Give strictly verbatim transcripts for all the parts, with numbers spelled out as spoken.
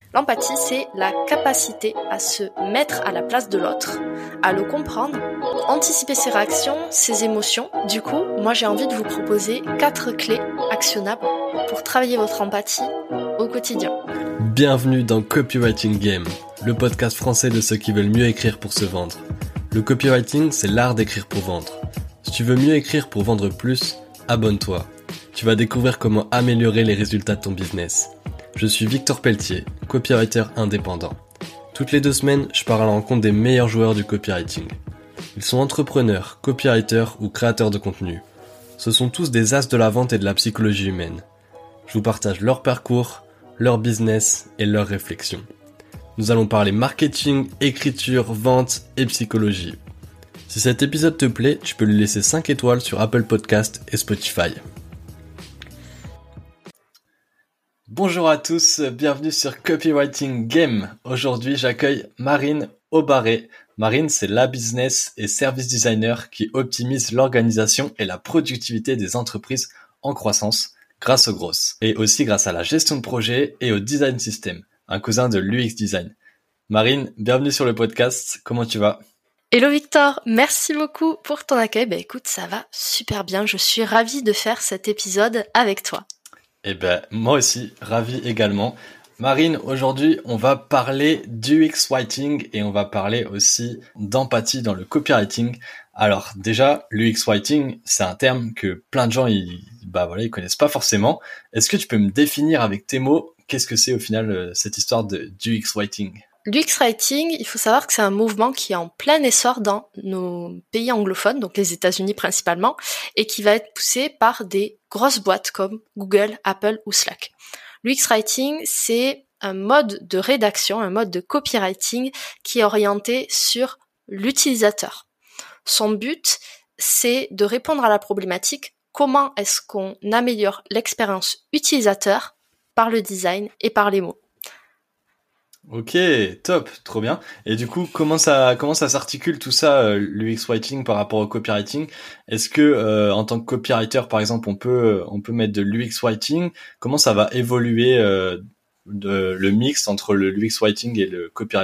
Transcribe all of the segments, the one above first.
L'empathie, c'est la capacité à se mettre à la place de l'autre, à le comprendre, anticiper ses réactions, ses émotions. Du coup, moi j'ai envie de vous proposer quatre clés actionnables pour travailler votre empathie au quotidien. Bienvenue dans Copywriting Game, le podcast français de ceux qui veulent mieux écrire pour se vendre. Le copywriting, c'est l'art d'écrire pour vendre. Si tu veux mieux écrire pour vendre plus, abonne-toi. Tu vas découvrir comment améliorer les résultats de ton business. Je suis Victor Pelletier, copywriter indépendant. Toutes les deux semaines, je pars à la rencontre des meilleurs joueurs du copywriting. Ils sont entrepreneurs, copywriters ou créateurs de contenu. Ce sont tous des as de la vente et de la psychologie humaine. Je vous partage leur parcours, leur business et leurs réflexions. Nous allons parler marketing, écriture, vente et psychologie. Si cet épisode te plaît, tu peux lui laisser cinq étoiles sur Apple Podcast et Spotify. Bonjour à tous, bienvenue sur Copywriting Game. Aujourd'hui, j'accueille Marine Aubaré. Marine, c'est la business et service designer qui optimise l'organisation et la productivité des entreprises en croissance grâce aux grosses. Et aussi grâce à la gestion de projet et au design system, un cousin de l'U X design. Marine, bienvenue sur le podcast. Comment tu vas ? Hello Victor, merci beaucoup pour ton accueil. Bah écoute, ça va super bien. Je suis ravie de faire cet épisode avec toi. Eh ben, moi aussi, ravi également. Marine, aujourd'hui, on va parler d'U X writing et on va parler aussi d'empathie dans le copywriting. Alors, déjà, l'U X writing, c'est un terme que plein de gens, ils, bah voilà, ils connaissent pas forcément. Est-ce que tu peux me définir avec tes mots, qu'est-ce que c'est au final, cette histoire de d'U X writing ? L'U X Writing, il faut savoir que c'est un mouvement qui est en plein essor dans nos pays anglophones, donc les États-Unis principalement, et qui va être poussé par des grosses boîtes comme Google, Apple ou Slack. L'U X Writing, c'est un mode de rédaction, un mode de copywriting qui est orienté sur l'utilisateur. Son but, c'est de répondre à la problématique comment est-ce qu'on améliore l'expérience utilisateur par le design et par les mots. Ok, top, trop bien. Et du coup, comment ça, comment ça s'articule tout ça, euh, l'U X writing par rapport au copywriting ? Est-ce que, euh, en tant que copywriter, par exemple, on peut, on peut mettre de l'U X writing ? Comment ça va évoluer euh, de, le mix entre le l'U X writing et le copywriting ?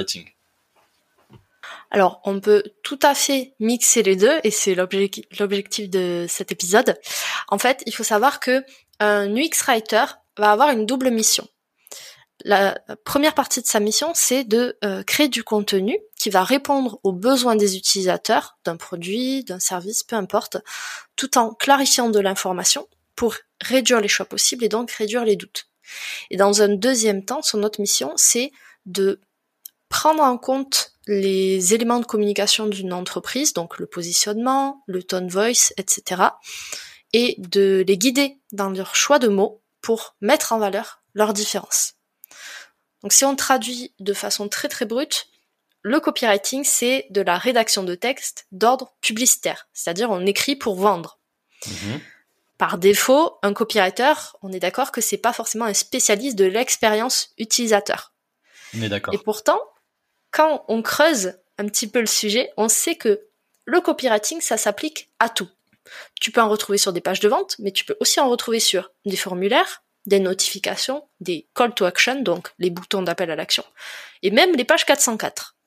Alors, on peut tout à fait mixer les deux, et c'est l'objectif, l'objectif de cet épisode. En fait, il faut savoir que un U X writer va avoir une double mission. La première partie de sa mission, c'est de euh, créer du contenu qui va répondre aux besoins des utilisateurs d'un produit, d'un service, peu importe, tout en clarifiant de l'information pour réduire les choix possibles et donc réduire les doutes. Et dans un deuxième temps, son autre mission, c'est de prendre en compte les éléments de communication d'une entreprise, donc le positionnement, le tone voice, et cetera, et de les guider dans leur choix de mots pour mettre en valeur leurs différences. Donc si on traduit de façon très très brute, le copywriting, c'est de la rédaction de texte d'ordre publicitaire, c'est-à-dire on écrit pour vendre. Mmh. Par défaut, un copywriter, on est d'accord que c'est pas forcément un spécialiste de l'expérience utilisateur. On est d'accord. Et pourtant, quand on creuse un petit peu le sujet, on sait que le copywriting, ça s'applique à tout. Tu peux en retrouver sur des pages de vente, mais tu peux aussi en retrouver sur des formulaires, des notifications, des call to action, donc les boutons d'appel à l'action, et même les pages quatre cent quatre.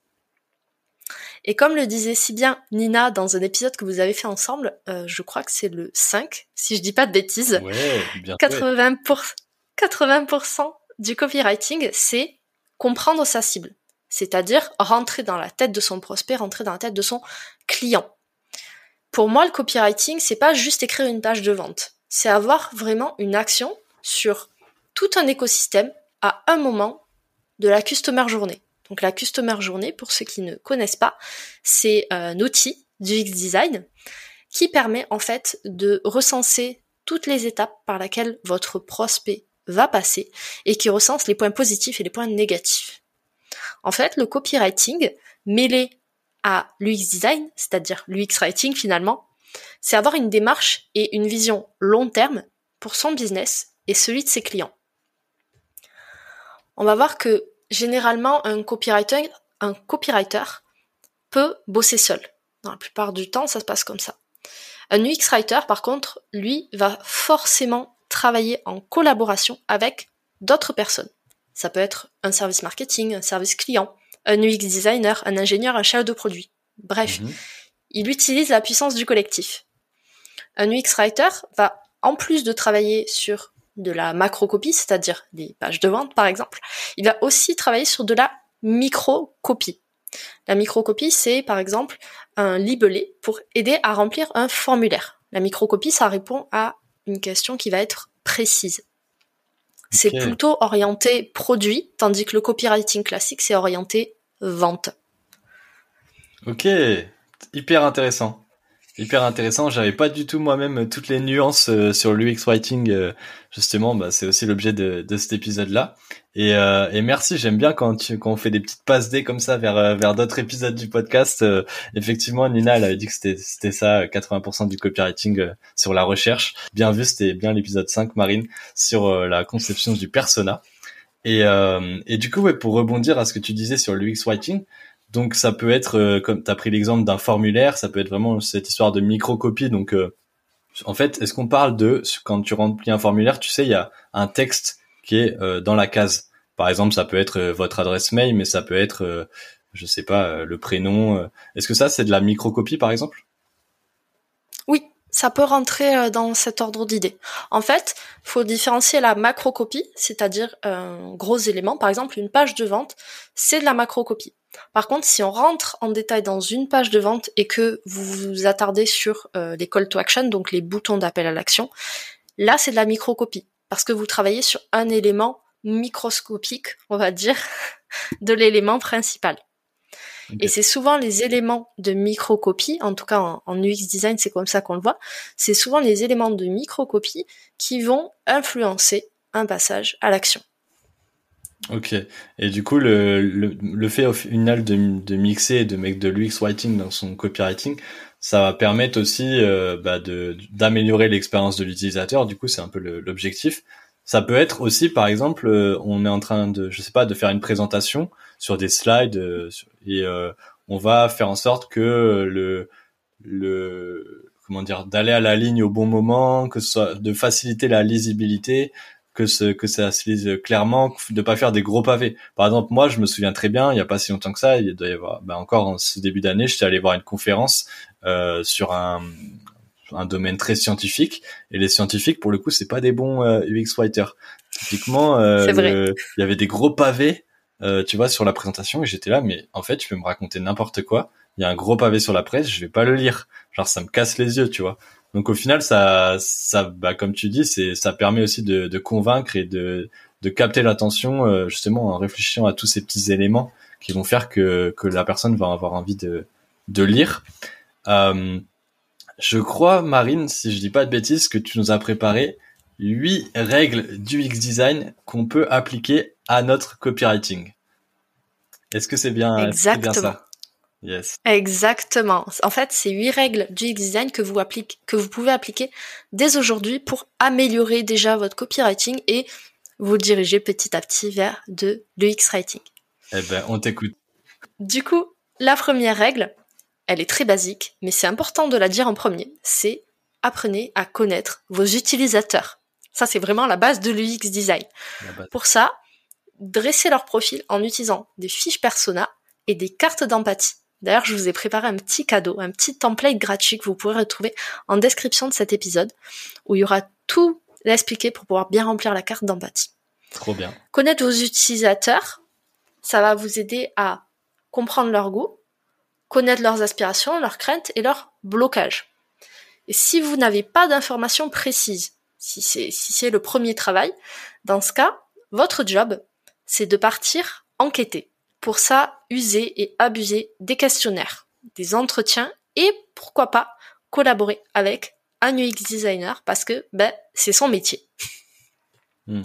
Et comme le disait si bien Nina dans un épisode que vous avez fait ensemble, euh, je crois que c'est le cinq, si je dis pas de bêtises, ouais, bien quatre-vingts pour cent, quatre-vingts pour cent du copywriting, c'est comprendre sa cible, c'est-à-dire rentrer dans la tête de son prospect, rentrer dans la tête de son client. Pour moi, le copywriting, c'est pas juste écrire une page de vente, c'est avoir vraiment une action sur tout un écosystème à un moment de la Customer Journey. Donc la Customer Journey, pour ceux qui ne connaissent pas, c'est un outil du U X design qui permet en fait de recenser toutes les étapes par lesquelles votre prospect va passer et qui recense les points positifs et les points négatifs. En fait, le copywriting mêlé à l'U X design, c'est-à-dire l'U X writing finalement, c'est avoir une démarche et une vision long terme pour son business et celui de ses clients. On va voir que généralement un copywriter, un copywriter peut bosser seul. Dans la plupart du temps, ça se passe comme ça. Un U X writer, par contre, lui, va forcément travailler en collaboration avec d'autres personnes. Ça peut être un service marketing, un service client, un U X designer, un ingénieur, un chef de produit. Bref, mmh. il utilise la puissance du collectif. Un U X writer va, en plus de travailler sur de la macrocopie, c'est-à-dire des pages de vente par exemple, il va aussi travailler sur de la microcopie. La microcopie, c'est par exemple un libellé pour aider à remplir un formulaire. La microcopie, ça répond à une question qui va être précise. C'est okay. plutôt orienté produit, tandis que le copywriting classique, c'est orienté vente. Ok, hyper intéressant. Hyper intéressant, j'avais pas du tout moi-même toutes les nuances euh, sur l'U X writing, euh, justement, bah, c'est aussi l'objet de, de cet épisode-là. Et, euh, et merci, j'aime bien quand, tu, quand on fait des petites passes dés comme ça vers, vers d'autres épisodes du podcast. Euh, effectivement, Nina, elle avait dit que c'était, c'était ça, quatre-vingts pour cent du copywriting euh, sur la recherche. Bien vu, c'était bien l'épisode cinq, Marine, sur euh, la conception du persona. Et, euh, et du coup, ouais, pour rebondir à ce que tu disais sur l'U X writing, donc ça peut être, euh, comme tu as pris l'exemple d'un formulaire, ça peut être vraiment cette histoire de microcopie. Donc euh, en fait, est-ce qu'on parle de, quand tu remplis un formulaire, tu sais, il y a un texte qui est euh, dans la case. Par exemple, ça peut être euh, votre adresse mail, mais ça peut être, euh, je sais pas, euh, le prénom. Euh. Est-ce que ça, c'est de la microcopie, par exemple ? Oui, ça peut rentrer dans cet ordre d'idées. En fait, il faut différencier la macrocopie, c'est-à-dire un gros élément. Par exemple, une page de vente, c'est de la macrocopie. Par contre, si on rentre en détail dans une page de vente et que vous vous attardez sur euh, les call to action, donc les boutons d'appel à l'action, là, c'est de la microcopie, parce que vous travaillez sur un élément microscopique, on va dire, de l'élément principal. Okay. Et c'est souvent les éléments de microcopie, en tout cas en, en U X design, c'est comme ça qu'on le voit, c'est souvent les éléments de microcopie qui vont influencer un passage à l'action. Ok. Et du coup, le, le, le fait au final de, de mixer et de mettre de l'U X writing dans son copywriting, ça va permettre aussi euh, bah de, d'améliorer l'expérience de l'utilisateur. Du coup, c'est un peu le, l'objectif. Ça peut être aussi, par exemple, euh, on est en train de, je sais pas, de faire une présentation sur des slides euh, et euh, on va faire en sorte que le, le, comment dire, d'aller à la ligne au bon moment, que ce soit de faciliter la lisibilité, que ce, que ça se lise clairement, de pas faire des gros pavés. Par exemple, moi, je me souviens très bien, il y a pas si longtemps que ça, il doit y avoir, bah encore en ce début d'année, j'étais allé voir une conférence euh, sur un un domaine très scientifique, et les scientifiques, pour le coup, c'est pas des bons euh, U X writers. Typiquement, euh, il y avait des gros pavés, euh, tu vois, sur la présentation, et j'étais là, mais en fait, tu peux me raconter n'importe quoi, il y a un gros pavé sur la presse, je vais pas le lire. Genre, ça me casse les yeux, tu vois. Donc au final, ça, ça, bah comme tu dis, c'est, ça permet aussi de, de convaincre et de, de capter l'attention, euh, justement en réfléchissant à tous ces petits éléments qui vont faire que que la personne va avoir envie de de lire. Euh, je crois, Marine, si je dis pas de bêtises, que tu nous as préparé huit règles du U X design qu'on peut appliquer à notre copywriting. Est-ce que c'est bien, Exactement. c'est bien ça? Yes. Exactement. En fait, c'est huit règles du U X design que vous appliquez, que vous pouvez appliquer dès aujourd'hui pour améliorer déjà votre copywriting et vous diriger petit à petit vers de l'U X writing. Eh ben, on t'écoute. Du coup, la première règle, elle est très basique, mais c'est important de la dire en premier, c'est apprenez à connaître vos utilisateurs. Ça, c'est vraiment la base de l'U X design. Pour ça, dressez leur profil en utilisant des fiches persona et des cartes d'empathie. D'ailleurs, je vous ai préparé un petit cadeau, un petit template gratuit que vous pourrez retrouver en description de cet épisode, où il y aura tout expliqué pour pouvoir bien remplir la carte d'empathie. Trop bien. Connaître vos utilisateurs, ça va vous aider à comprendre leurs goûts, connaître leurs aspirations, leurs craintes et leurs blocages. Et si vous n'avez pas d'informations précises, si c'est, si c'est le premier travail, dans ce cas, votre job, c'est de partir enquêter. Pour ça, user et abuser des questionnaires, des entretiens et pourquoi pas collaborer avec un U X designer parce que ben, c'est son métier. Mm.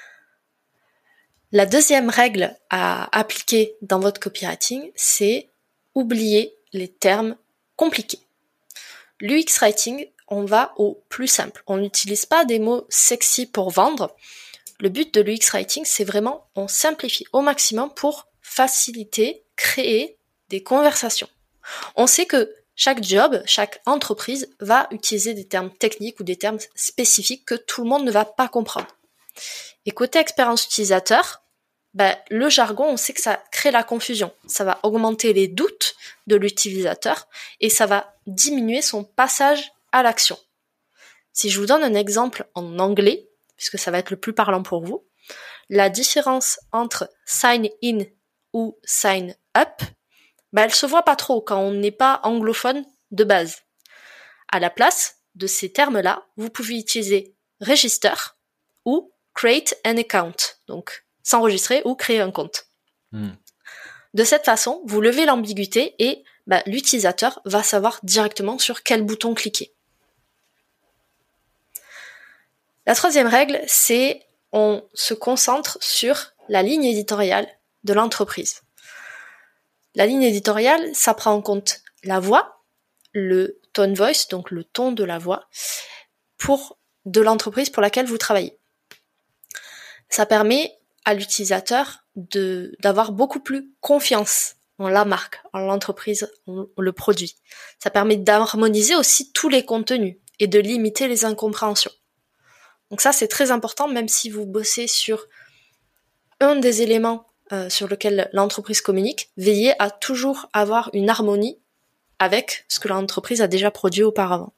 La deuxième règle à appliquer dans votre copywriting, c'est oublier les termes compliqués. L'U X writing, on va au plus simple. On n'utilise pas des mots sexy pour vendre. Le but de l'U X writing, c'est vraiment on simplifie au maximum pour faciliter, créer des conversations. On sait que chaque job, chaque entreprise va utiliser des termes techniques ou des termes spécifiques que tout le monde ne va pas comprendre. Et côté expérience utilisateur, ben, le jargon, on sait que ça crée la confusion. Ça va augmenter les doutes de l'utilisateur et ça va diminuer son passage à l'action. Si je vous donne un exemple en anglais, puisque ça va être le plus parlant pour vous, la différence entre sign in ou sign up, ben, elle se voit pas trop quand on n'est pas anglophone de base. À la place de ces termes-là, vous pouvez utiliser register ou create an account, donc s'enregistrer ou créer un compte. Mm. De cette façon, vous levez l'ambiguïté et bah, l'utilisateur va savoir directement sur quel bouton cliquer. La troisième règle, c'est on se concentre sur la ligne éditoriale de l'entreprise. La ligne éditoriale, ça prend en compte la voix, le tone voice, donc le ton de la voix, pour de l'entreprise pour laquelle vous travaillez. Ça permet à l'utilisateur de, d'avoir beaucoup plus confiance en la marque, en l'entreprise, en, en le produit. Ça permet d'harmoniser aussi tous les contenus et de limiter les incompréhensions. Donc ça, c'est très important, même si vous bossez sur un des éléments euh, sur lequel l'entreprise communique, veillez à toujours avoir une harmonie avec ce que l'entreprise a déjà produit auparavant.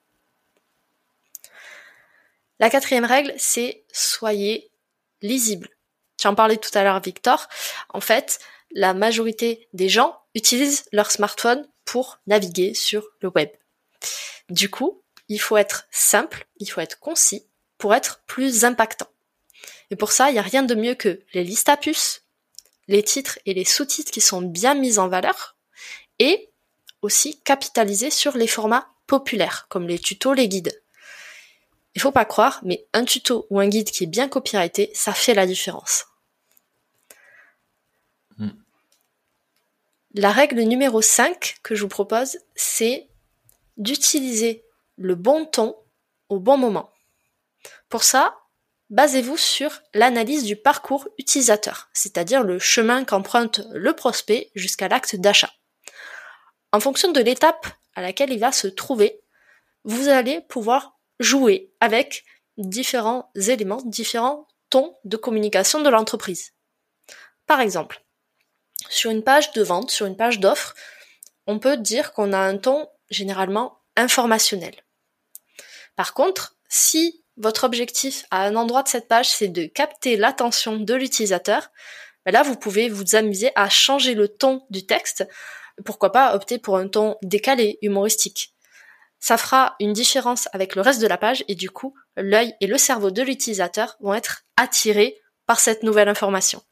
La quatrième règle, c'est soyez lisible. J'en parlais tout à l'heure, Victor. En fait, la majorité des gens utilisent leur smartphone pour naviguer sur le web. Du coup, il faut être simple, il faut être concis pour être plus impactant. Et pour ça, il n'y a rien de mieux que les listes à puces, les titres et les sous-titres qui sont bien mis en valeur et aussi capitaliser sur les formats populaires comme les tutos, les guides. Il faut pas croire, mais un tuto ou un guide qui est bien copyrighté, ça fait la différence. Mm. La règle numéro cinq que je vous propose, c'est d'utiliser le bon ton au bon moment. Pour ça, basez-vous sur l'analyse du parcours utilisateur, c'est-à-dire le chemin qu'emprunte le prospect jusqu'à l'acte d'achat. En fonction de l'étape à laquelle il va se trouver, vous allez pouvoir jouer avec différents éléments, différents tons de communication de l'entreprise. Par exemple, sur une page de vente, sur une page d'offre, on peut dire qu'on a un ton généralement informationnel. Par contre, si votre objectif à un endroit de cette page, c'est de capter l'attention de l'utilisateur, ben là, vous pouvez vous amuser à changer le ton du texte. Pourquoi pas opter pour un ton décalé, humoristique. Ça fera une différence avec le reste de la page et du coup, l'œil et le cerveau de l'utilisateur vont être attirés par cette nouvelle information.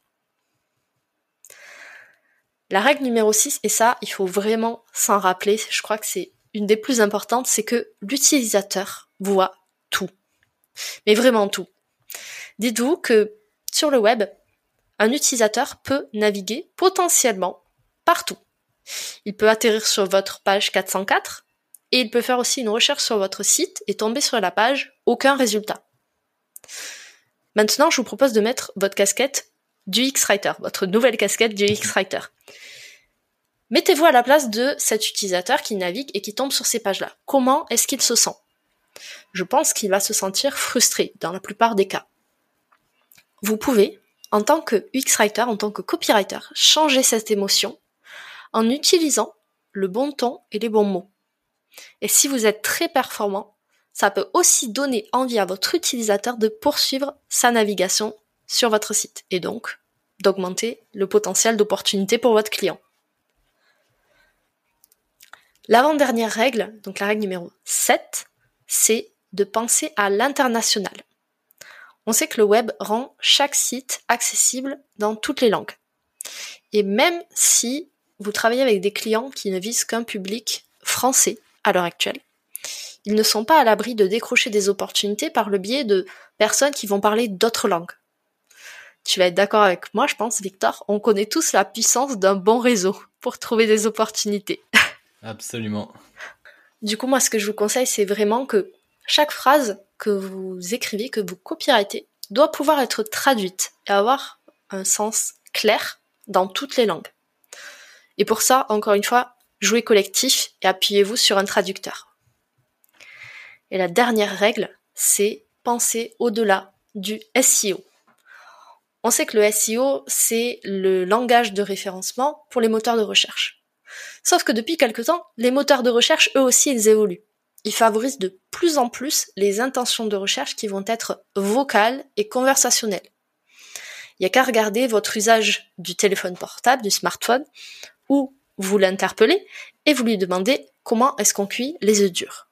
La règle numéro six, et ça, il faut vraiment s'en rappeler, je crois que c'est une des plus importantes, c'est que l'utilisateur voit tout. Mais vraiment tout. Dites-vous que sur le web, un utilisateur peut naviguer potentiellement partout. Il peut atterrir sur votre page quatre cent quatre et il peut faire aussi une recherche sur votre site et tomber sur la page « Aucun résultat ». Maintenant, je vous propose de mettre votre casquette du U X-Writer, votre nouvelle casquette du U X-Writer. Mettez-vous à la place de cet utilisateur qui navigue et qui tombe sur ces pages-là. Comment est-ce qu'il se sent ? Je pense qu'il va se sentir frustré dans la plupart des cas. Vous pouvez, en tant que U X-Writer, en tant que copywriter, changer cette émotion en utilisant le bon ton et les bons mots. Et si vous êtes très performant, ça peut aussi donner envie à votre utilisateur de poursuivre sa navigation sur votre site et donc d'augmenter le potentiel d'opportunité pour votre client. L'avant-dernière règle, donc la règle numéro sept, c'est de penser à l'international. On sait que le web rend chaque site accessible dans toutes les langues. Et même si vous travaillez avec des clients qui ne visent qu'un public français à l'heure actuelle, ils ne sont pas à l'abri de décrocher des opportunités par le biais de personnes qui vont parler d'autres langues. Tu vas être d'accord avec moi, je pense, Victor, on connaît tous la puissance d'un bon réseau pour trouver des opportunités. Absolument. Du coup, moi, ce que je vous conseille, c'est vraiment que chaque phrase que vous écrivez, que vous copyrightez, doit pouvoir être traduite et avoir un sens clair dans toutes les langues. Et pour ça, encore une fois, jouez collectif et appuyez-vous sur un traducteur. Et la dernière règle, c'est penser au-delà du S E O. On sait que le S E O, c'est le langage de référencement pour les moteurs de recherche. Sauf que depuis quelque temps, les moteurs de recherche, eux aussi, ils évoluent. Ils favorisent de plus en plus les intentions de recherche qui vont être vocales et conversationnelles. Il n'y a qu'à regarder votre usage du téléphone portable, du smartphone, où vous l'interpellez et vous lui demandez comment est-ce qu'on cuit les œufs durs.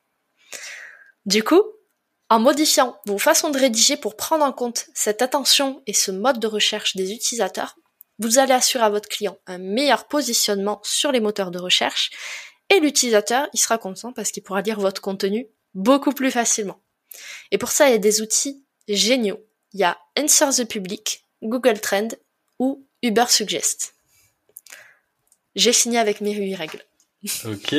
Du coup, en modifiant vos façons de rédiger pour prendre en compte cette attention et ce mode de recherche des utilisateurs, vous allez assurer à votre client un meilleur positionnement sur les moteurs de recherche et l'utilisateur, il sera content parce qu'il pourra lire votre contenu beaucoup plus facilement. Et pour ça, il y a des outils géniaux. Il y a Answer the Public, Google Trends ou Ubersuggest. J'ai fini avec mes huit règles. Ok,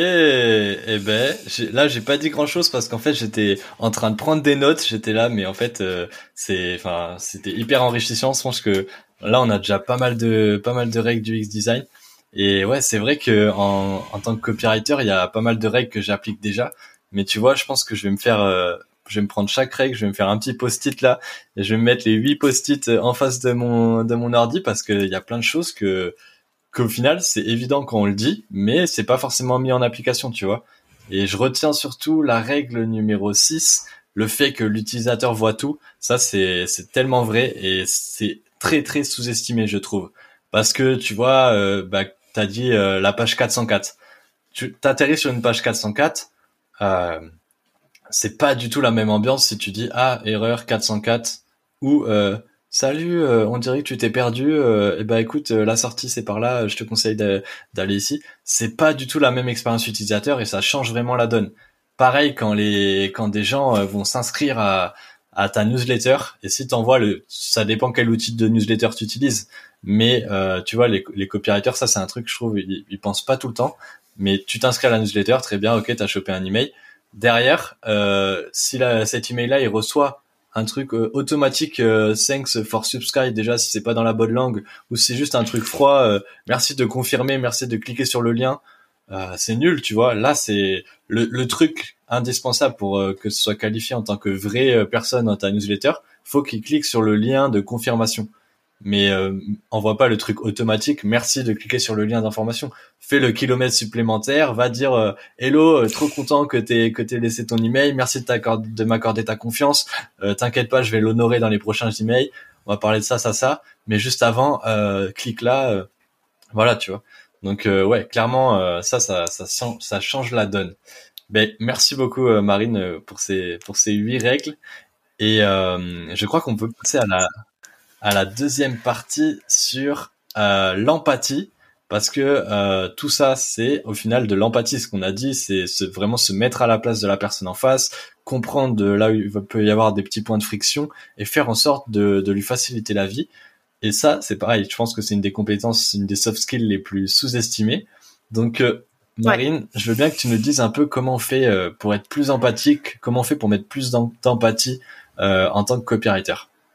eh ben j'ai, là j'ai pas dit grand chose parce qu'en fait j'étais en train de prendre des notes, j'étais là, mais en fait euh, c'est, enfin c'était hyper enrichissant. Je pense que là on a déjà pas mal de pas mal de règles du U X design et ouais c'est vrai que en en tant que copywriter il y a pas mal de règles que j'applique déjà, mais tu vois je pense que je vais me faire euh, je vais me prendre chaque règle, je vais me faire un petit post-it là et je vais me mettre les huit post-it en face de mon de mon ordi parce que il y a plein de choses que qu'au final c'est évident quand on le dit, mais c'est pas forcément mis en application, tu vois. Et je retiens surtout la règle numéro six, le fait que l'utilisateur voit tout. Ça c'est c'est tellement vrai et c'est très très sous-estimé, je trouve. Parce que tu vois, euh, bah t'as dit euh, la page quatre cent quatre. Tu t'atterris sur une page quatre cent quatre, euh, c'est pas du tout la même ambiance si tu dis ah erreur quatre cent quatre ou euh, salut, euh, on dirait que tu t'es perdu. Euh, et ben écoute, euh, la sortie c'est par là. Je te conseille d'a- d'aller ici. C'est pas du tout la même expérience utilisateur et ça change vraiment la donne. Pareil quand les quand des gens euh, vont s'inscrire à à ta newsletter et si t'envoies le, ça dépend quel outil de newsletter tu utilises. Mais euh, tu vois les les copywriters, ça c'est un truc je trouve ils, ils pensent pas tout le temps. Mais tu t'inscris à la newsletter, très bien, ok, t'as chopé un email. Derrière, euh, si la, cet email-là il reçoit un truc euh, automatique euh, thanks for subscribe, déjà si c'est pas dans la bonne langue ou si c'est juste un truc froid euh, merci de confirmer, merci de cliquer sur le lien, euh, c'est nul, tu vois. Là c'est le, le truc indispensable pour euh, que ce soit qualifié en tant que vraie euh, personne dans ta newsletter, faut qu'il clique sur le lien de confirmation. Mais euh, envoie pas le truc automatique merci de cliquer sur le lien d'information. Fais le kilomètre supplémentaire, va dire euh, hello, euh, trop content que t'aies que t'aies laissé ton email, merci de t'accorder de m'accorder ta confiance, euh, t'inquiète pas, je vais l'honorer dans les prochains emails, on va parler de ça ça ça, mais juste avant euh, clique là, euh, voilà, tu vois. Donc euh, ouais, clairement euh, ça ça ça ça change la donne. Ben merci beaucoup euh, Marine euh, pour ces pour ces huit règles et euh, je crois qu'on peut passer à la à la deuxième partie sur euh, l'empathie, parce que euh, tout ça c'est au final de l'empathie. Ce qu'on a dit c'est se, vraiment se mettre à la place de la personne en face, comprendre de là où il peut y avoir des petits points de friction et faire en sorte de, de lui faciliter la vie. Et ça c'est pareil, je pense que c'est une des compétences, une des soft skills les plus sous-estimées. Donc euh, Marine, ouais. Je veux bien que tu nous dises un peu comment on fait euh, pour être plus empathique, comment on fait pour mettre plus d'empathie euh, en tant que copywriter.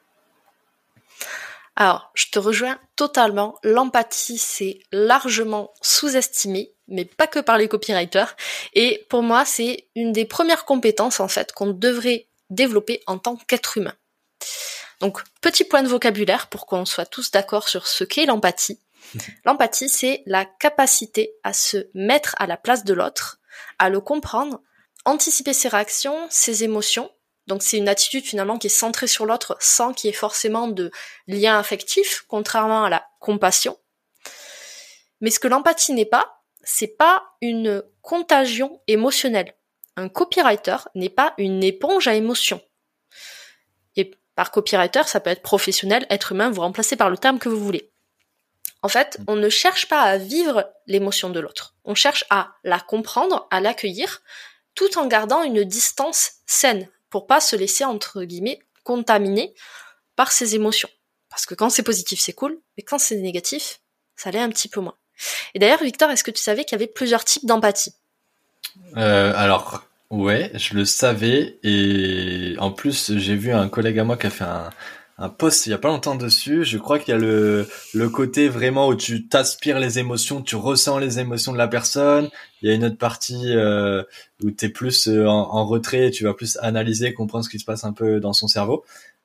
Alors, je te rejoins totalement. L'empathie, c'est largement sous-estimé, mais pas que par les copywriters. Et pour moi, c'est une des premières compétences, en fait, qu'on devrait développer en tant qu'être humain. Donc, petit point de vocabulaire pour qu'on soit tous d'accord sur ce qu'est l'empathie. L'empathie, c'est la capacité à se mettre à la place de l'autre, à le comprendre, anticiper ses réactions, ses émotions. Donc c'est une attitude finalement qui est centrée sur l'autre sans qu'il y ait forcément de lien affectif, contrairement à la compassion. Mais ce que l'empathie n'est pas, c'est pas une contagion émotionnelle. Un copywriter n'est pas une éponge à émotions. Et par copywriter, ça peut être professionnel, être humain, vous remplacez par le terme que vous voulez. En fait, on ne cherche pas à vivre l'émotion de l'autre. On cherche à la comprendre, à l'accueillir, tout en gardant une distance saine, pour pas se laisser, entre guillemets, contaminer par ses émotions. Parce que quand c'est positif, c'est cool, mais quand c'est négatif, ça l'est un petit peu moins. Et d'ailleurs, Victor, est-ce que tu savais qu'il y avait plusieurs types d'empathie ? euh, Alors, ouais, je le savais, et en plus, j'ai vu un collègue à moi qui a fait un, un post il y a pas longtemps dessus. Je crois qu'il y a le, le côté vraiment où tu t'aspires les émotions, tu ressens les émotions de la personne. Il y a une autre partie euh, où t'es plus en, en retrait, tu vas plus analyser, comprendre ce qui se passe un peu dans son cerveau.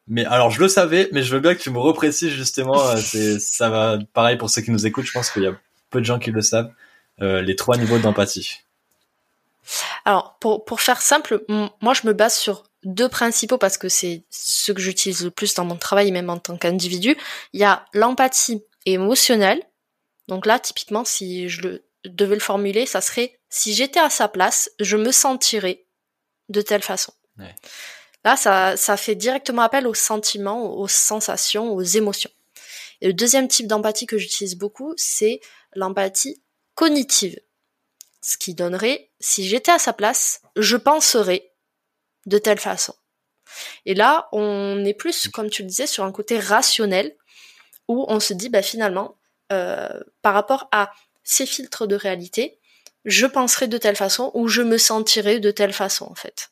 Mais alors, je le savais, mais je veux bien que tu me reprécises justement. euh, c'est, ça va, pareil pour ceux qui nous écoutent, je pense qu'il y a peu de gens qui le savent. Euh, les trois niveaux d'empathie. Alors, pour, pour faire simple, m- moi je me base sur deux principaux parce que c'est ce que j'utilise le plus dans mon travail, même en tant qu'individu. Il y a l'empathie émotionnelle. Donc là, typiquement, si je le devais le formuler, ça serait si j'étais à sa place, je me sentirais de telle façon. Ouais. Là, ça, ça fait directement appel aux sentiments, aux sensations, aux émotions. Et le deuxième type d'empathie que j'utilise beaucoup, c'est l'empathie cognitive. Ce qui donnerait, si j'étais à sa place, je penserais de telle façon. Et là, on est plus, comme tu le disais, sur un côté rationnel, où on se dit, bah finalement, euh, par rapport à ces filtres de réalité, je penserais de telle façon, ou je me sentirais de telle façon, en fait.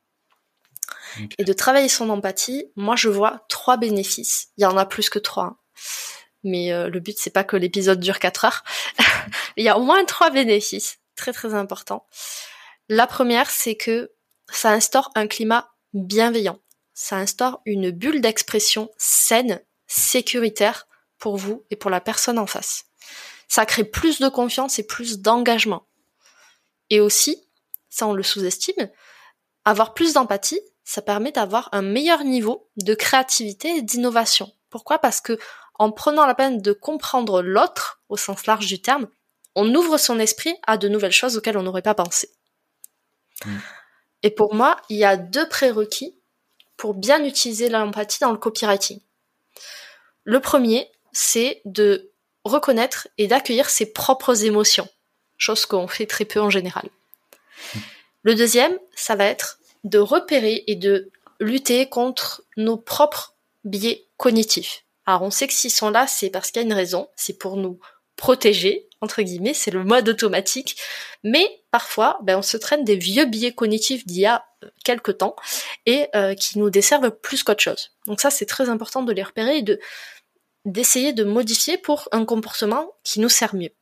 Ok. Et de travailler son empathie, moi je vois trois bénéfices. Il y en a plus que trois. Hein. Mais euh, le but, c'est pas que l'épisode dure quatre heures. Il y a au moins trois bénéfices, très très importants. La première, c'est que ça instaure un climat bienveillant. Ça instaure une bulle d'expression saine, sécuritaire pour vous et pour la personne en face. Ça crée plus de confiance et plus d'engagement. Et aussi, ça on le sous-estime, avoir plus d'empathie, ça permet d'avoir un meilleur niveau de créativité et d'innovation. Pourquoi ? Parce que en prenant la peine de comprendre l'autre, au sens large du terme, on ouvre son esprit à de nouvelles choses auxquelles on n'aurait pas pensé. Mmh. Et pour moi, il y a deux prérequis pour bien utiliser l'empathie dans le copywriting. Le premier, c'est de reconnaître et d'accueillir ses propres émotions, chose qu'on fait très peu en général. Mmh. Le deuxième, ça va être de repérer et de lutter contre nos propres biais cognitifs. Alors on sait que s'ils sont là, c'est parce qu'il y a une raison, c'est pour nous protéger, entre guillemets, c'est le mode automatique, mais parfois ben, on se traîne des vieux biais cognitifs d'il y a quelques temps et euh, qui nous desservent plus qu'autre chose. Donc ça c'est très important de les repérer et de, d'essayer de modifier pour un comportement qui nous sert mieux.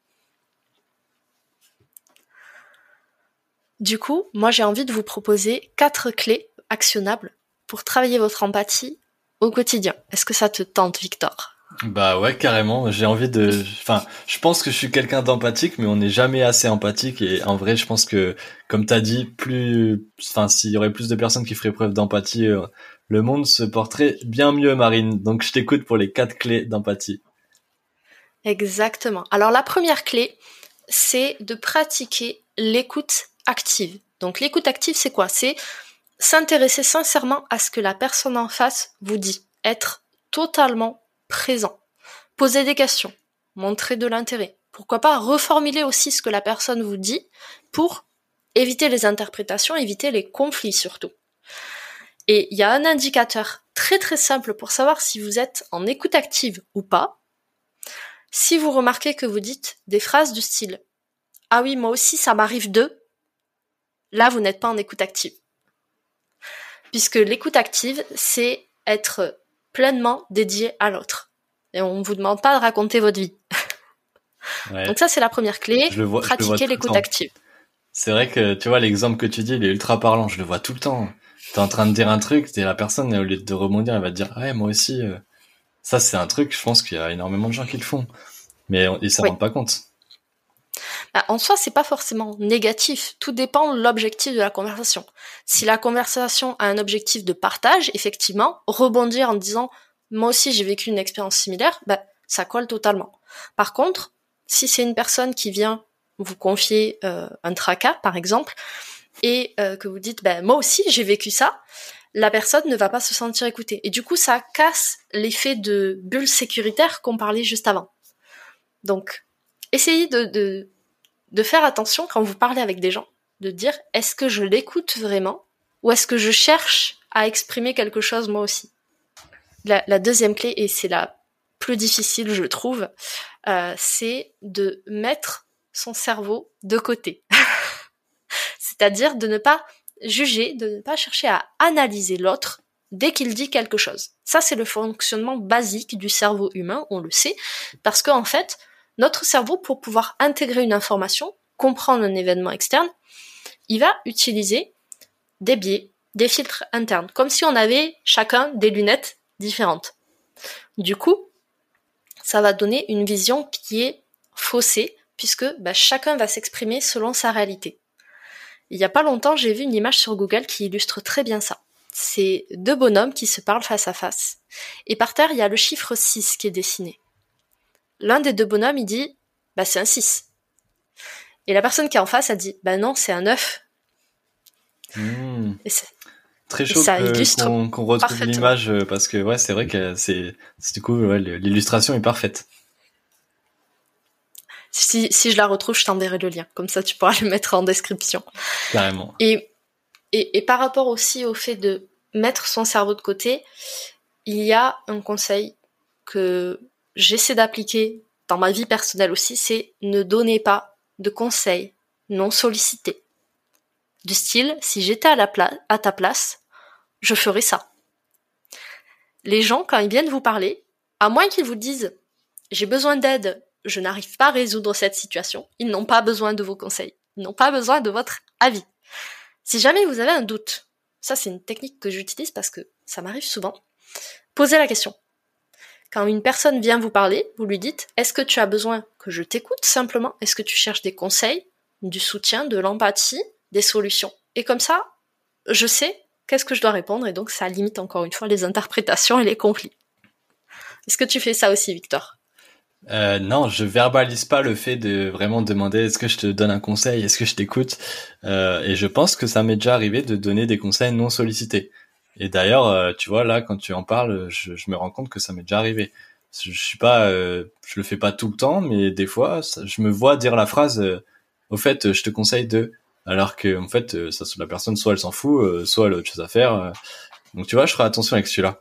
Du coup, moi j'ai envie de vous proposer quatre clés actionnables pour travailler votre empathie au quotidien. Est-ce que ça te tente, Victor ? Bah ouais, carrément. J'ai envie de, enfin, je pense que je suis quelqu'un d'empathique, mais on n'est jamais assez empathique. Et en vrai, je pense que, comme t'as dit, plus, enfin, s'il y aurait plus de personnes qui feraient preuve d'empathie, euh, le monde se porterait bien mieux, Marine. Donc, je t'écoute pour les quatre clés d'empathie. Exactement. Alors, la première clé, c'est de pratiquer l'écoute active. Donc, l'écoute active, c'est quoi ? C'est s'intéresser sincèrement à ce que la personne en face vous dit. Être totalement présent. Poser des questions. Montrer de l'intérêt. Pourquoi pas reformuler aussi ce que la personne vous dit pour éviter les interprétations, éviter les conflits surtout. Et il y a un indicateur très très simple pour savoir si vous êtes en écoute active ou pas. Si vous remarquez que vous dites des phrases du style « Ah oui, moi aussi ça m'arrive de », là vous n'êtes pas en écoute active. Puisque l'écoute active, c'est être pleinement dédié à l'autre. Et on ne vous demande pas de raconter votre vie. Ouais. Donc ça, c'est la première clé, je le vois, pratiquer je le vois l'écoute active. C'est vrai que, tu vois, l'exemple que tu dis, il est ultra parlant, je le vois tout le temps. T'es en train de dire un truc, t'es la personne, et au lieu de rebondir, elle va te dire « Ouais, moi aussi. Euh... » Ça, c'est un truc, je pense qu'il y a énormément de gens qui le font. Mais ils ne s'en oui. rendent pas compte. Bah, en soi, c'est pas forcément négatif. Tout dépend de l'objectif de la conversation. Si la conversation a un objectif de partage, effectivement, rebondir en disant « Moi aussi, j'ai vécu une expérience similaire bah, », ça colle totalement. Par contre, si c'est une personne qui vient vous confier euh, un tracas, par exemple, et euh, que vous dites bah, « Moi aussi, j'ai vécu ça », la personne ne va pas se sentir écoutée. Et du coup, ça casse l'effet de bulle sécuritaire qu'on parlait juste avant. Donc, essayez de, de, de faire attention quand vous parlez avec des gens, de dire « Est-ce que je l'écoute vraiment ou est-ce que je cherche à exprimer quelque chose moi aussi ?» la, la deuxième clé, et c'est la plus difficile, je trouve, euh, c'est de mettre son cerveau de côté. C'est-à-dire de ne pas juger, de ne pas chercher à analyser l'autre dès qu'il dit quelque chose. Ça, c'est le fonctionnement basique du cerveau humain, on le sait, parce qu'en fait, notre cerveau, pour pouvoir intégrer une information, comprendre un événement externe, il va utiliser des biais, des filtres internes, comme si on avait chacun des lunettes différentes. Du coup, ça va donner une vision qui est faussée, puisque bah, chacun va s'exprimer selon sa réalité. Il y a pas longtemps, j'ai vu une image sur Google qui illustre très bien ça. C'est deux bonhommes qui se parlent face à face. Et par terre, il y a le chiffre six qui est dessiné. L'un des deux bonhommes, il dit « bah c'est un six ». Et la personne qui est en face, elle dit « bah non, c'est un neuf ». Mmh. Et c'est... Très chaud ça que, illustre qu'on, qu'on retrouve l'image, parce que ouais, c'est vrai que c'est, c'est du coup ouais, l'illustration est parfaite. Si, si je la retrouve, je t'enverrai le lien. Comme ça, tu pourras le mettre en description. Carrément. Et, et, et par rapport aussi au fait de mettre son cerveau de côté, il y a un conseil que j'essaie d'appliquer dans ma vie personnelle aussi, c'est ne donnez pas de conseils non sollicités. Du style, si j'étais à, la pla- à ta place, je ferais ça. Les gens, quand ils viennent vous parler, à moins qu'ils vous disent « j'ai besoin d'aide, je n'arrive pas à résoudre cette situation », ils n'ont pas besoin de vos conseils. Ils n'ont pas besoin de votre avis. Si jamais vous avez un doute, ça c'est une technique que j'utilise parce que ça m'arrive souvent, posez la question. Quand une personne vient vous parler, vous lui dites « est-ce que tu as besoin que je t'écoute simplement ? Est-ce que tu cherches des conseils, du soutien, de l'empathie, des solutions ?» Et comme ça, je sais qu'est-ce que je dois répondre et donc ça limite encore une fois les interprétations et les conflits. Est-ce que tu fais ça aussi, Victor ? Euh, non, je verbalise pas le fait de vraiment demander est-ce que je te donne un conseil, est-ce que je t'écoute, euh, et je pense que ça m'est déjà arrivé de donner des conseils non sollicités. Et d'ailleurs, euh, tu vois là, quand tu en parles, je, je me rends compte que ça m'est déjà arrivé. Je, je suis pas, euh, je le fais pas tout le temps, mais des fois, ça, je me vois dire la phrase euh, au fait, je te conseille de, alors que en fait, ça, la personne soit elle s'en fout, euh, soit elle a autre chose à faire. Euh, donc tu vois, je ferai attention avec celui-là.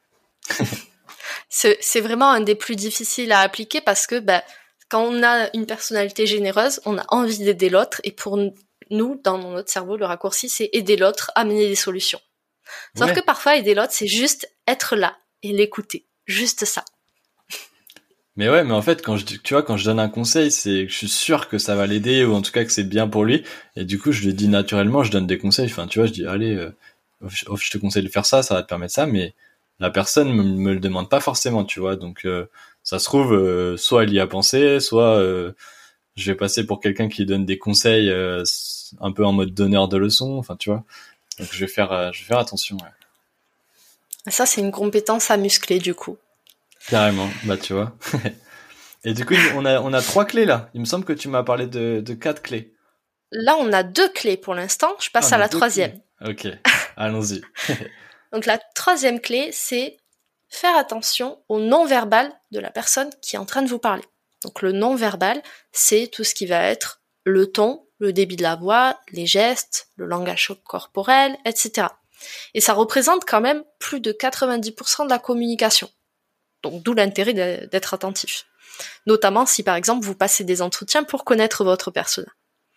c'est, c'est vraiment un des plus difficiles à appliquer parce que bah, quand on a une personnalité généreuse, on a envie d'aider l'autre et pour nous, dans notre cerveau, le raccourci, c'est aider l'autre à amener des solutions. Sauf ouais. que parfois, aider l'autre, c'est juste être là et l'écouter. Juste ça. Mais ouais, mais en fait, quand je, tu vois, quand je donne un conseil, c'est que je suis sûr que ça va l'aider ou en tout cas que c'est bien pour lui. Et du coup, je lui dis naturellement, je donne des conseils. Enfin, tu vois, je dis, allez, euh, je te conseille de faire ça, ça va te permettre ça. Mais la personne me, me le demande pas forcément, tu vois. Donc, euh, ça se trouve, euh, soit elle y a pensé, soit euh, je vais passer pour quelqu'un qui donne des conseils euh, un peu en mode donneur de leçons. Enfin, tu vois. Donc, je vais faire, euh, je vais faire attention. Ouais. Ça, c'est une compétence à muscler, du coup. Carrément, bah tu vois. Et du coup, on a on a trois clés là. Il me semble que tu m'as parlé de de quatre clés. Là, on a deux clés pour l'instant. Je passe ah, à la troisième. Clés. Ok, allons-y. Donc la troisième clé, c'est faire attention au non-verbal de la personne qui est en train de vous parler. Donc le non-verbal, c'est tout ce qui va être le ton, le débit de la voix, les gestes, le langage corporel, et cetera. Et ça représente quand même plus de quatre-vingt-dix pour cent de la communication. Donc d'où l'intérêt d'être attentif. Notamment si par exemple vous passez des entretiens pour connaître votre persona.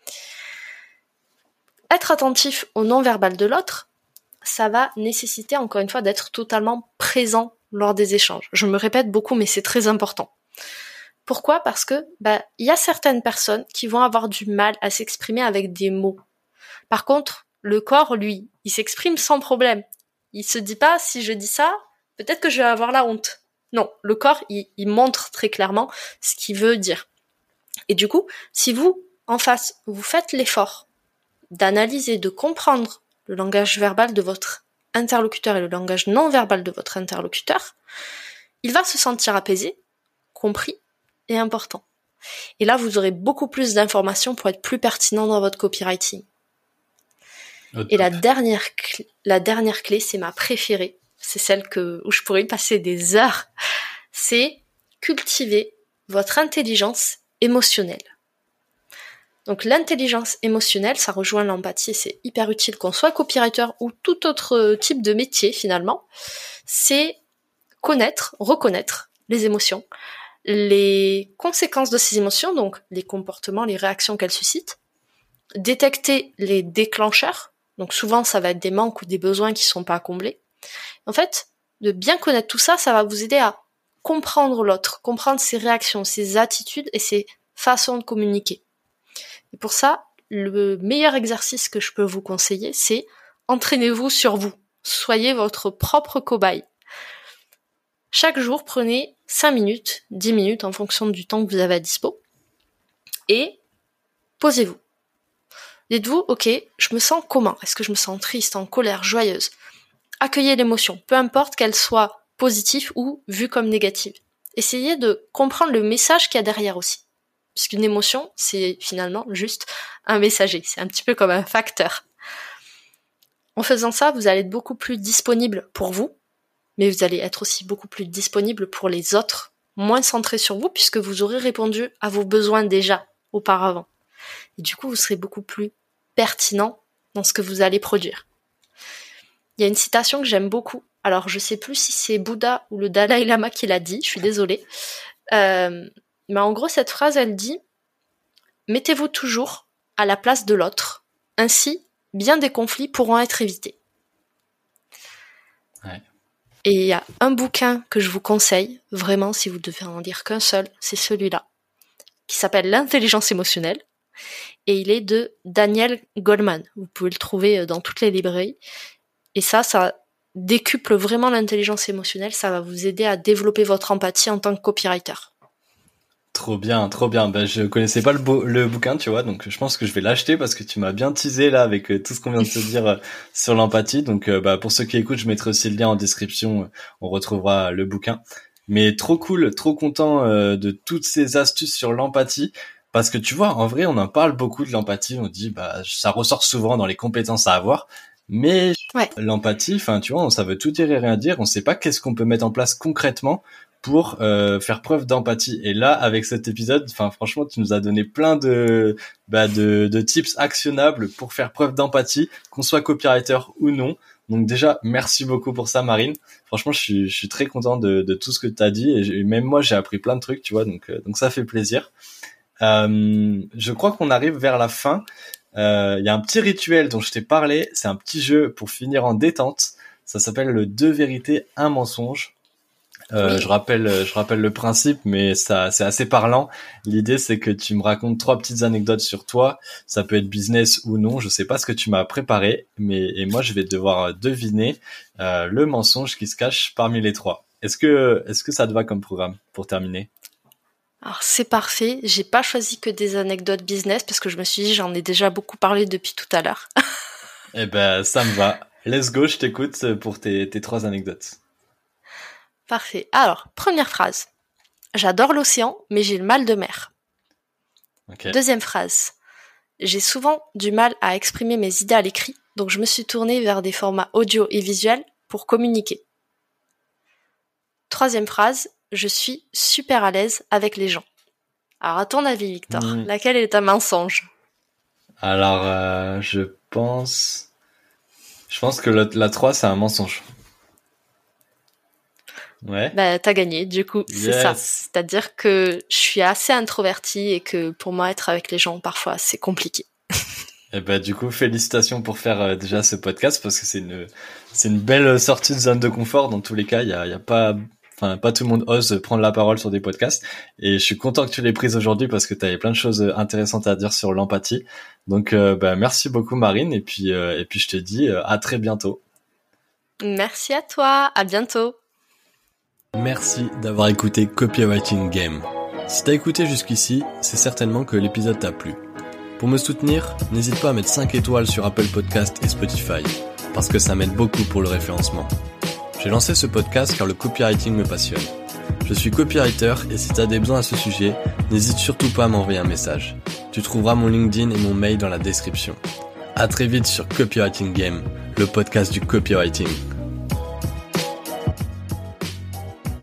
Être attentif au non-verbal de l'autre, ça va nécessiter encore une fois d'être totalement présent lors des échanges. Je me répète beaucoup mais c'est très important. Pourquoi ? Parce que bah, y a certaines personnes qui vont avoir du mal à s'exprimer avec des mots. Par contre, le corps, lui, il s'exprime sans problème. Il se dit pas si je dis ça, peut-être que je vais avoir la honte. Non, le corps, il, il montre très clairement ce qu'il veut dire. Et du coup, si vous, en face, vous faites l'effort d'analyser, de comprendre le langage verbal de votre interlocuteur et le langage non verbal de votre interlocuteur, il va se sentir apaisé, compris et important. Et là, vous aurez beaucoup plus d'informations pour être plus pertinent dans votre copywriting. Oh, et la dernière, cl- la dernière clé, c'est ma préférée. C'est celle que, où je pourrais y passer des heures, c'est cultiver votre intelligence émotionnelle. Donc l'intelligence émotionnelle, ça rejoint l'empathie et c'est hyper utile qu'on soit copywriter ou tout autre type de métier finalement. C'est connaître, reconnaître les émotions, les conséquences de ces émotions, donc les comportements, les réactions qu'elles suscitent, détecter les déclencheurs, donc souvent ça va être des manques ou des besoins qui sont pas comblés. En fait, de bien connaître tout ça, ça va vous aider à comprendre l'autre, comprendre ses réactions, ses attitudes et ses façons de communiquer. Et pour ça, le meilleur exercice que je peux vous conseiller, c'est entraînez-vous sur vous. Soyez votre propre cobaye. Chaque jour, prenez cinq minutes, dix minutes en fonction du temps que vous avez à dispo et posez-vous. Dites-vous, ok, je me sens comment? Est-ce que je me sens triste, en colère, joyeuse? Accueillez l'émotion, peu importe qu'elle soit positive ou vue comme négative. Essayez de comprendre le message qu'il y a derrière aussi. Puisqu'une émotion, c'est finalement juste un messager. C'est un petit peu comme un facteur. En faisant ça, vous allez être beaucoup plus disponible pour vous, mais vous allez être aussi beaucoup plus disponible pour les autres, moins centré sur vous, puisque vous aurez répondu à vos besoins déjà auparavant. Et du coup, vous serez beaucoup plus pertinent dans ce que vous allez produire. Il y a une citation que j'aime beaucoup. Alors, je sais plus si c'est Bouddha ou le Dalai Lama qui l'a dit, je suis désolée. Euh, mais en gros, cette phrase, elle dit « Mettez-vous toujours à la place de l'autre. Ainsi, bien des conflits pourront être évités. » Ouais. Et il y a un bouquin que je vous conseille, vraiment, si vous devez en lire qu'un seul, c'est celui-là, qui s'appelle « L'intelligence émotionnelle ». Et il est de Daniel Goleman. Vous pouvez le trouver dans toutes les librairies. Et ça, ça décuple vraiment l'intelligence émotionnelle. Ça va vous aider à développer votre empathie en tant que copywriter. Trop bien, trop bien. Ben, je connaissais pas le, beau, le bouquin, tu vois, donc je pense que je vais l'acheter parce que tu m'as bien teasé là avec euh, tout ce qu'on vient de se dire euh, sur l'empathie. Donc, euh, bah, pour ceux qui écoutent, je mettrai aussi le lien en description. Euh, on retrouvera le bouquin. Mais trop cool, trop content euh, de toutes ces astuces sur l'empathie. Parce que tu vois, en vrai, on en parle beaucoup de l'empathie. On dit, bah, ça ressort souvent dans les compétences à avoir. Mais ouais. L'empathie, enfin, tu vois, ça veut tout dire et rien dire. On sait pas qu'est-ce qu'on peut mettre en place concrètement pour euh, faire preuve d'empathie. Et là, avec cet épisode, enfin, franchement, tu nous as donné plein de, bah, de, de tips actionnables pour faire preuve d'empathie, qu'on soit copywriter ou non. Donc déjà, merci beaucoup pour ça, Marine. Franchement, je suis, je suis très content de, de tout ce que tu as dit. Et même moi, j'ai appris plein de trucs, tu vois. Donc, euh, donc ça fait plaisir. Euh, je crois qu'on arrive vers la fin. Il euh, y a un petit rituel dont je t'ai parlé. C'est un petit jeu pour finir en détente. Ça s'appelle le deux vérités, un mensonge. Euh, oui. Je rappelle, je rappelle le principe, mais ça, c'est assez parlant. L'idée, c'est que tu me racontes trois petites anecdotes sur toi. Ça peut être business ou non. Je sais pas ce que tu m'as préparé, mais et moi, je vais devoir deviner euh, le mensonge qui se cache parmi les trois. Est-ce que, est-ce que ça te va comme programme pour terminer? Alors c'est parfait, j'ai pas choisi que des anecdotes business parce que je me suis dit j'en ai déjà beaucoup parlé depuis tout à l'heure. Eh ben ça me va, let's go, je t'écoute pour tes, tes trois anecdotes. Parfait, alors première phrase, j'adore l'océan mais j'ai le mal de mer. Okay. Deuxième phrase, j'ai souvent du mal à exprimer mes idées à l'écrit, donc je me suis tournée vers des formats audio et visuels pour communiquer. Troisième phrase, je suis super à l'aise avec les gens. Alors, à ton avis, Victor, mmh. laquelle est un mensonge? Alors, euh, je pense... Je pense que la, la trois, c'est un mensonge. Ouais. Bah, t'as gagné, du coup, yes. C'est ça. C'est-à-dire que je suis assez introvertie et que pour moi, être avec les gens, parfois, c'est compliqué. Et bah, du coup, félicitations pour faire euh, déjà ce podcast parce que c'est une, c'est une belle sortie de zone de confort. Dans tous les cas, il y a, y a pas... Enfin, pas tout le monde ose prendre la parole sur des podcasts et je suis content que tu l'aies prise aujourd'hui parce que tu avais plein de choses intéressantes à dire sur l'empathie. Donc, euh, bah, merci beaucoup Marine et puis, euh, et puis je te dis euh, à très bientôt. Merci à toi, à bientôt. Merci d'avoir écouté Copywriting Game. Si t'as écouté jusqu'ici, c'est certainement que l'épisode t'a plu. Pour me soutenir, n'hésite pas à mettre cinq étoiles sur Apple Podcasts et Spotify parce que ça m'aide beaucoup pour le référencement. J'ai lancé ce podcast car le copywriting me passionne. Je suis copywriter et si tu as des besoins à ce sujet, n'hésite surtout pas à m'envoyer un message. Tu trouveras mon LinkedIn et mon mail dans la description. À très vite sur Copywriting Game, le podcast du copywriting.